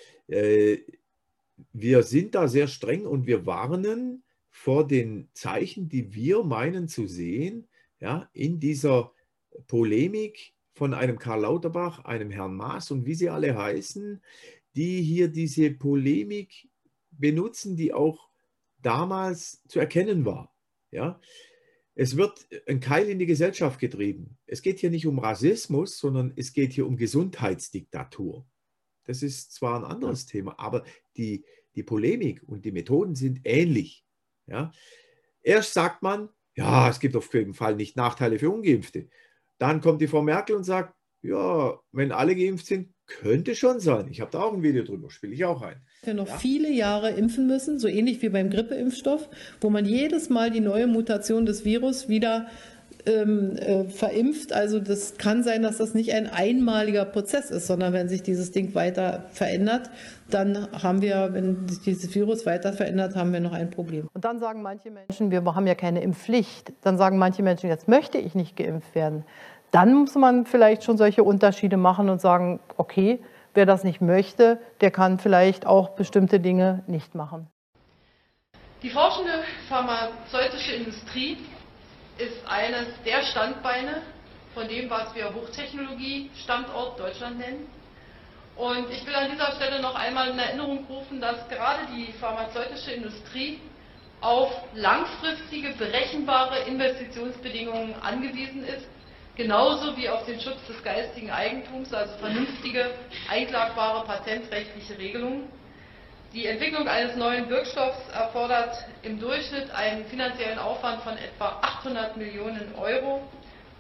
wir sind da sehr streng und wir warnen vor den Zeichen, die wir meinen zu sehen, ja, in dieser Polemik von einem Karl Lauterbach, einem Herrn Maas und wie sie alle heißen, die hier diese Polemik benutzen, die auch damals zu erkennen war. Ja. Es wird ein Keil in die Gesellschaft getrieben. Es geht hier nicht um Rassismus, sondern es geht hier um Gesundheitsdiktatur. Das ist zwar ein anderes Thema, aber die Polemik und die Methoden sind ähnlich. Ja? Erst sagt man, ja, es gibt auf jeden Fall nicht Nachteile für Ungeimpfte. Dann kommt die Frau Merkel und sagt, ja, wenn alle geimpft sind, könnte schon sein. Ich habe da auch ein Video drüber, spiele ich auch ein. Wir noch viele Jahre impfen müssen, so ähnlich wie beim Grippeimpfstoff, wo man jedes Mal die neue Mutation des Virus wieder verimpft. Also das kann sein, dass das nicht ein einmaliger Prozess ist, sondern wenn sich dieses Ding weiter verändert, dann haben wir, wenn sich dieses Virus weiter verändert, haben wir noch ein Problem. Und dann sagen manche Menschen, wir haben ja keine Impfpflicht. Dann sagen manche Menschen, jetzt möchte ich nicht geimpft werden. Dann muss man vielleicht schon solche Unterschiede machen und sagen, okay, wer das nicht möchte, der kann vielleicht auch bestimmte Dinge nicht machen. Die forschende pharmazeutische Industrie ist eines der Standbeine von dem, was wir Hochtechnologie-Standort Deutschland nennen. Und ich will an dieser Stelle noch einmal in Erinnerung rufen, dass gerade die pharmazeutische Industrie auf langfristige, berechenbare Investitionsbedingungen angewiesen ist, genauso wie auf den Schutz des geistigen Eigentums, also vernünftige, einklagbare patentrechtliche Regelungen. Die Entwicklung eines neuen Wirkstoffs erfordert im Durchschnitt einen finanziellen Aufwand von etwa 800 Millionen Euro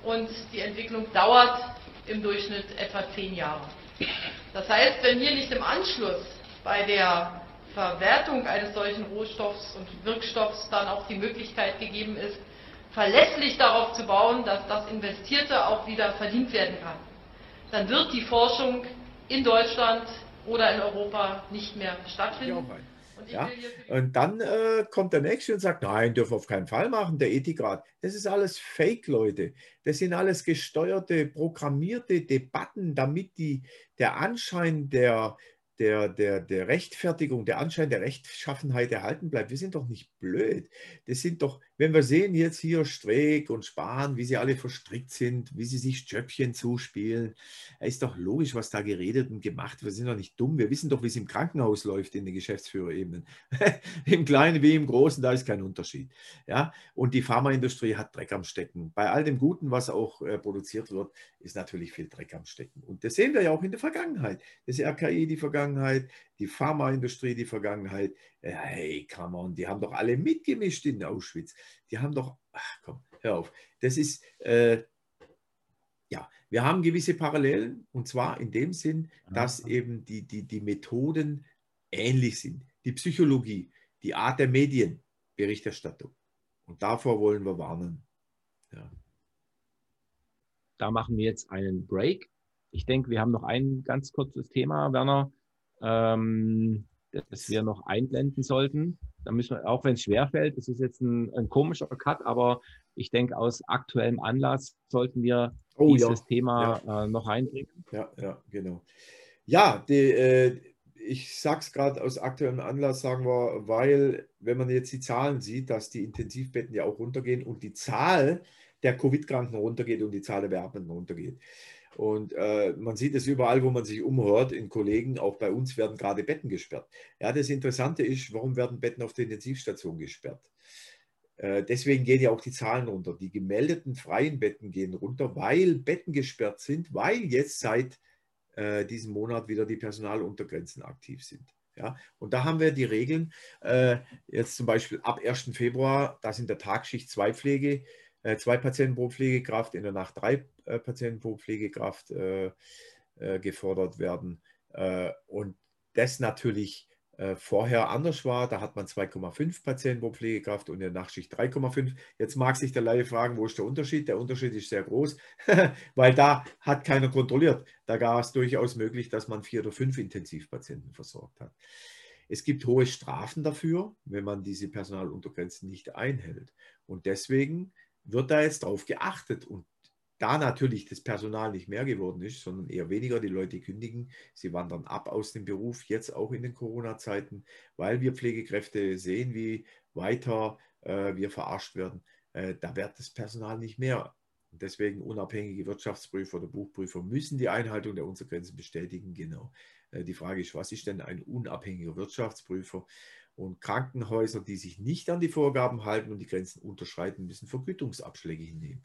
und die Entwicklung dauert im Durchschnitt etwa 10 Jahre. Das heißt, wenn hier nicht im Anschluss bei der Verwertung eines solchen Rohstoffs und Wirkstoffs dann auch die Möglichkeit gegeben ist, verlässlich darauf zu bauen, dass das Investierte auch wieder verdient werden kann, dann wird die Forschung in Deutschland oder in Europa nicht mehr stattfinden. Ja? Und dann kommt der Nächste und sagt, nein, dürfen wir auf keinen Fall machen, der Ethikrat. Das ist alles Fake, Leute. Das sind alles gesteuerte, programmierte Debatten, damit der Anschein der Rechtfertigung, der Anschein der Rechtschaffenheit erhalten bleibt. Wir sind doch nicht blöd. Das sind doch, wenn wir sehen jetzt hier Streeck und Spahn, wie sie alle verstrickt sind, wie sie sich Jöppchen zuspielen, ist doch logisch, was da geredet und gemacht wird. Wir sind doch nicht dumm. Wir wissen doch, wie es im Krankenhaus läuft in den Geschäftsführerebenen. Im Kleinen wie im Großen, da ist kein Unterschied. Ja? Und die Pharmaindustrie hat Dreck am Stecken. Bei all dem Guten, was auch produziert wird, ist natürlich viel Dreck am Stecken. Und das sehen wir ja auch in der Vergangenheit. Das RKI, die Vergangenheit, die Pharmaindustrie, die Vergangenheit. Hey, come on, die haben doch alle mitgemischt in Auschwitz. Die haben doch, ach komm, hör auf. Das ist, ja, wir haben gewisse Parallelen und zwar in dem Sinn, dass eben die Methoden ähnlich sind. Die Psychologie, die Art der Medienberichterstattung. Und davor wollen wir warnen. Ja. Da machen wir jetzt einen Break. Ich denke, wir haben noch ein ganz kurzes Thema, Werner, das wir noch einblenden sollten. Da müssen wir, auch wenn es schwerfällt, das ist jetzt ein komischer Cut, aber ich denke, aus aktuellem Anlass sollten wir dieses Thema noch einbringen. Ja, genau. Ja, ich sage es gerade aus aktuellem Anlass, sagen wir, weil, wenn man jetzt die Zahlen sieht, dass die Intensivbetten ja auch runtergehen und die Zahl der Covid-Kranken runtergeht und die Zahl der Beatmeten runtergeht. Und man sieht es überall, wo man sich umhört, in Kollegen, auch bei uns werden gerade Betten gesperrt. Ja, das Interessante ist, warum werden Betten auf der Intensivstation gesperrt? Deswegen gehen ja auch die Zahlen runter. Die gemeldeten freien Betten gehen runter, weil Betten gesperrt sind, weil jetzt seit diesem Monat wieder die Personaluntergrenzen aktiv sind. Ja, und da haben wir die Regeln, jetzt zum Beispiel ab 1. Februar, dass in der Tagschicht 2 Patienten pro Pflegekraft, in der Nacht 3 Patienten pro Pflegekraft gefordert werden. Und das natürlich vorher anders war, da hat man 2,5 Patienten pro Pflegekraft und in der Nachtschicht 3,5. Jetzt mag sich der Laie fragen, wo ist der Unterschied? Der Unterschied ist sehr groß, weil da hat keiner kontrolliert. Da war es durchaus möglich, dass man 4 oder 5 Intensivpatienten versorgt hat. Es gibt hohe Strafen dafür, wenn man diese Personaluntergrenzen nicht einhält. Und deswegen wird da jetzt drauf geachtet. Und da natürlich das Personal nicht mehr geworden ist, sondern eher weniger, die Leute kündigen, sie wandern ab aus dem Beruf, jetzt auch in den Corona-Zeiten, weil wir Pflegekräfte sehen, wie weiter wir verarscht werden, da wird das Personal nicht mehr. Und deswegen unabhängige Wirtschaftsprüfer oder Buchprüfer müssen die Einhaltung der Untergrenzen bestätigen. Genau. Die Frage ist, was ist denn ein unabhängiger Wirtschaftsprüfer? Und Krankenhäuser, die sich nicht an die Vorgaben halten und die Grenzen unterschreiten, müssen Vergütungsabschläge hinnehmen.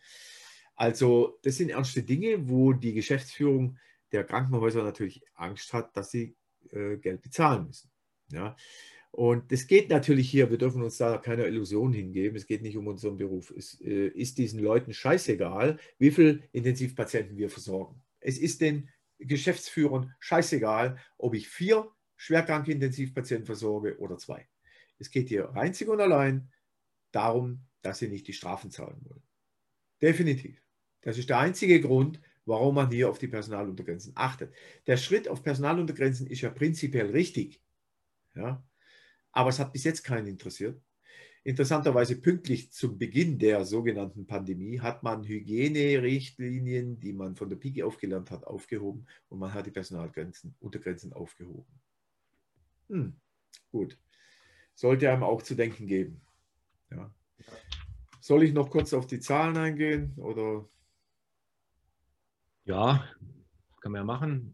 Also das sind ernste Dinge, wo die Geschäftsführung der Krankenhäuser natürlich Angst hat, dass sie Geld bezahlen müssen. Ja? Und das geht natürlich hier, wir dürfen uns da keine Illusion hingeben, es geht nicht um unseren Beruf. Es ist diesen Leuten scheißegal, wie viele Intensivpatienten wir versorgen. Es ist den Geschäftsführern scheißegal, ob ich 4 schwerkranke Intensivpatienten versorge oder 2. Es geht hier einzig und allein darum, dass sie nicht die Strafen zahlen wollen. Definitiv. Das ist der einzige Grund, warum man hier auf die Personaluntergrenzen achtet. Der Schritt auf Personaluntergrenzen ist ja prinzipiell richtig. Ja? Aber es hat bis jetzt keinen interessiert. Interessanterweise pünktlich zum Beginn der sogenannten Pandemie hat man Hygienerichtlinien, die man von der Pike aufgelernt hat, aufgehoben und man hat die Personaluntergrenzen aufgehoben. Gut. Sollte einem auch zu denken geben. Ja. Soll ich noch kurz auf die Zahlen eingehen? Oder? Ja, kann man ja machen.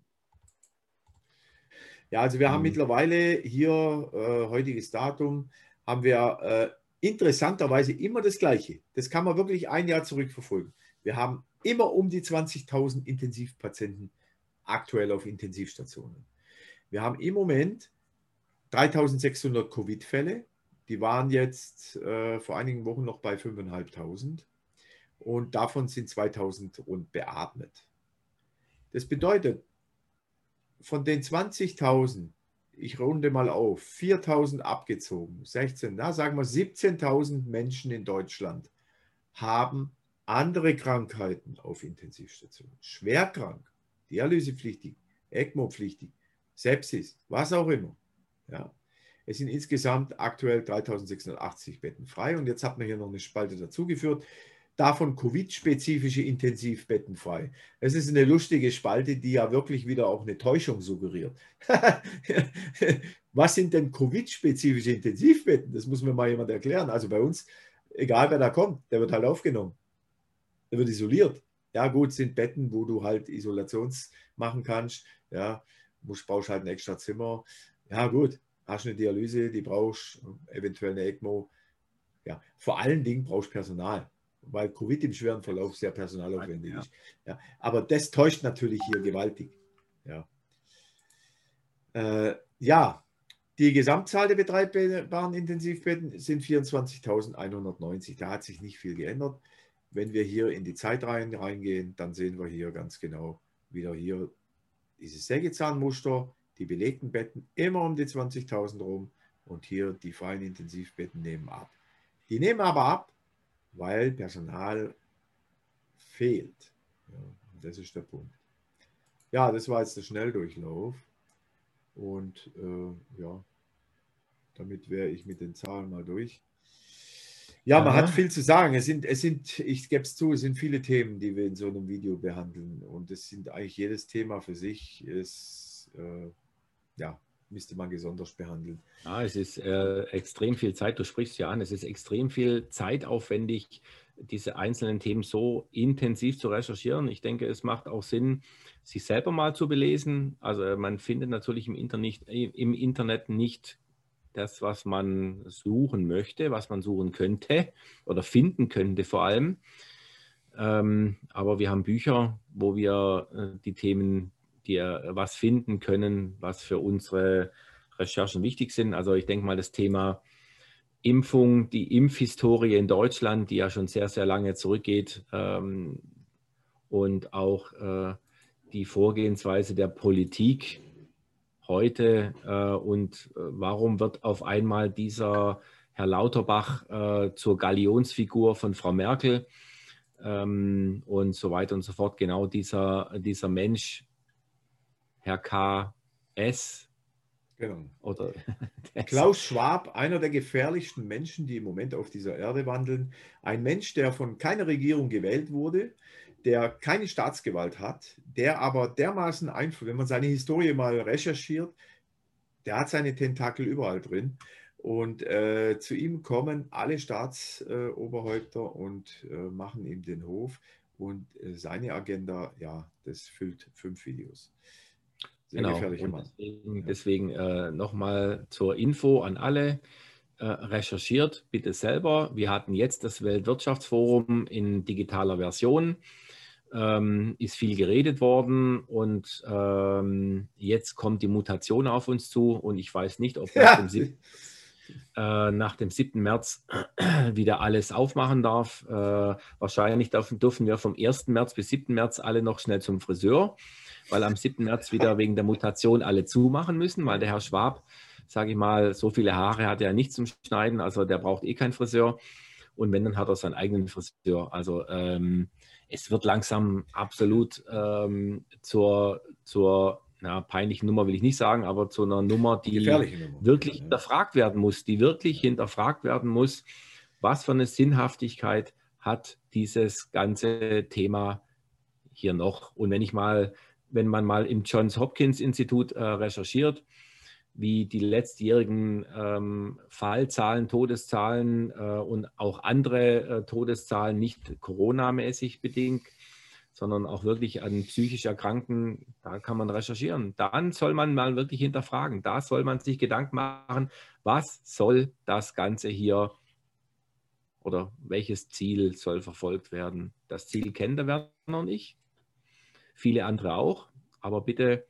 Ja, also wir haben mittlerweile hier, heutiges Datum, haben wir interessanterweise immer das Gleiche. Das kann man wirklich ein Jahr zurückverfolgen. Wir haben immer um die 20.000 Intensivpatienten aktuell auf Intensivstationen. Wir haben im Moment 3.600 Covid-Fälle. Die waren jetzt vor einigen Wochen noch bei 5.500. und davon sind 2000 rund beatmet. Das bedeutet, von den 20.000, ich runde mal auf, 4.000 abgezogen, 16, na, sagen wir 17.000 Menschen in Deutschland haben andere Krankheiten auf Intensivstationen. Schwerkrank, dialysepflichtig, ECMO-pflichtig, Sepsis, was auch immer. Ja. Es sind insgesamt aktuell 3.680 Betten frei und jetzt hat man hier noch eine Spalte dazugeführt. Davon Covid-spezifische Intensivbetten frei. Es ist eine lustige Spalte, die ja wirklich wieder auch eine Täuschung suggeriert. Was sind denn Covid-spezifische Intensivbetten? Das muss mir mal jemand erklären. Also bei uns, egal wer da kommt, der wird halt aufgenommen. Der wird isoliert. Ja gut, sind Betten, wo du halt Isolations machen kannst. Ja, brauchst halt ein extra Zimmer. Ja gut, hast eine Dialyse, die brauchst, eventuell eine ECMO. Ja, vor allen Dingen brauchst du Personal, weil Covid im schweren Verlauf sehr personalaufwendig ist. Ja, aber das täuscht natürlich hier gewaltig. Ja, ja, die Gesamtzahl der betreibbaren Intensivbetten sind 24.190. Da hat sich nicht viel geändert. Wenn wir hier in die Zeitreihen reingehen, dann sehen wir hier ganz genau wieder hier dieses Sägezahnmuster, die belegten Betten immer um die 20.000 rum und hier die freien Intensivbetten nehmen ab. Die nehmen aber ab, weil Personal fehlt. Ja, das ist der Punkt. Ja, das war jetzt der Schnelldurchlauf. Und ja, damit wäre ich mit den Zahlen mal durch. Ja, man hat viel zu sagen. Ich gebe es zu, es sind viele Themen, die wir in so einem Video behandeln. Und es sind eigentlich jedes Thema für sich, ja, müsste man gesondert behandeln. Ja, es ist extrem viel Zeit, du sprichst ja an, es ist extrem viel zeitaufwendig, diese einzelnen Themen so intensiv zu recherchieren. Ich denke, es macht auch Sinn, sich selber mal zu belesen. Also man findet natürlich im Internet nicht das, was man suchen möchte, was man suchen könnte oder finden könnte vor allem. Aber wir haben Bücher, wo wir die Themen, die was finden können, was für unsere Recherchen wichtig sind. Also ich denke mal, das Thema Impfung, die Impfhistorie in Deutschland, die ja schon sehr, sehr lange zurückgeht, und auch die Vorgehensweise der Politik heute und warum wird auf einmal dieser Herr Lauterbach zur Galionsfigur von Frau Merkel und so weiter und so fort. Genau dieser Mensch, Herr K.S. Genau. Oder Klaus Schwab, einer der gefährlichsten Menschen, die im Moment auf dieser Erde wandeln. Ein Mensch, der von keiner Regierung gewählt wurde, der keine Staatsgewalt hat, der aber dermaßen Einfluss, wenn man seine Historie mal recherchiert, der hat seine Tentakel überall drin. Und zu ihm kommen alle Staatsoberhäupter und machen ihm den Hof. Und seine Agenda, ja, das füllt 5 Videos. Sehr gefährlicher Mann. Deswegen nochmal zur Info an alle. Recherchiert bitte selber. Wir hatten jetzt das Weltwirtschaftsforum in digitaler Version. Ist viel geredet worden und jetzt kommt die Mutation auf uns zu und ich weiß nicht, ob nach dem 7. März wieder alles aufmachen darf. Wahrscheinlich dürfen wir vom 1. März bis 7. März alle noch schnell zum Friseur, weil am 7. März wieder wegen der Mutation alle zumachen müssen, weil der Herr Schwab, sage ich mal, so viele Haare hat er nicht zum Schneiden, also der braucht eh keinen Friseur und wenn, dann hat er seinen eigenen Friseur. Also es wird langsam absolut zur peinlichen Nummer will ich nicht sagen, aber zu einer Nummer, die wirklich hinterfragt werden muss, was für eine Sinnhaftigkeit hat dieses ganze Thema hier noch. Und wenn man mal im Johns Hopkins Institut recherchiert, wie die letztjährigen Fallzahlen, Todeszahlen und auch andere Todeszahlen, nicht Corona-mäßig bedingt, sondern auch wirklich an psychisch Erkrankten, da kann man recherchieren. Dann soll man mal wirklich hinterfragen. Da soll man sich Gedanken machen, was soll das Ganze hier oder welches Ziel soll verfolgt werden. Das Ziel kennt der Werner und ich, viele andere auch, aber bitte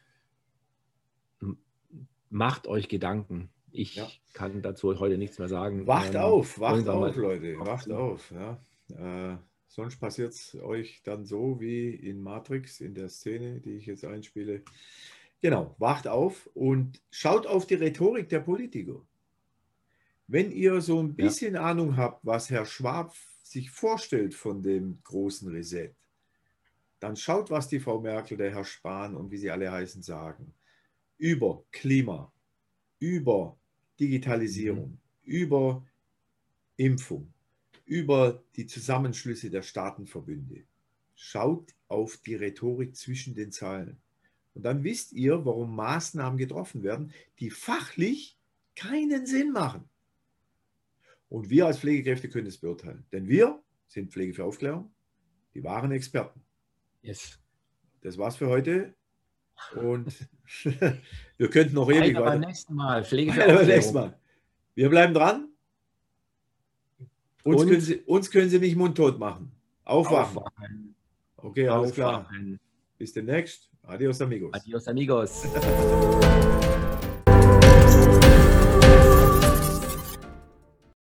macht euch Gedanken. Ich kann dazu heute nichts mehr sagen. Wacht auf, Leute, wacht auf. Ja. Sonst passiert es euch dann so wie in Matrix, in der Szene, die ich jetzt einspiele. Genau, wacht auf und schaut auf die Rhetorik der Politiker. Wenn ihr so ein bisschen Ahnung habt, was Herr Schwab sich vorstellt von dem großen Reset, dann schaut, was die Frau Merkel, der Herr Spahn und wie sie alle heißen sagen. Über Klima, über Digitalisierung, über Impfung, über die Zusammenschlüsse der Staatenverbünde. Schaut auf die Rhetorik zwischen den Zeilen. Und dann wisst ihr, warum Maßnahmen getroffen werden, die fachlich keinen Sinn machen. Und wir als Pflegekräfte können es beurteilen. Denn wir sind Pflege für Aufklärung, die wahren Experten. Yes. Das war's für heute. Und wir könnten noch ewig weiter. Beim nächsten Mal. Pflege für Aufklärung. Nächstes Mal. Wir bleiben dran. Uns können Sie nicht mundtot machen. Aufwachen. Okay, alles klar. Bis demnächst. Adios, amigos. Adios, amigos.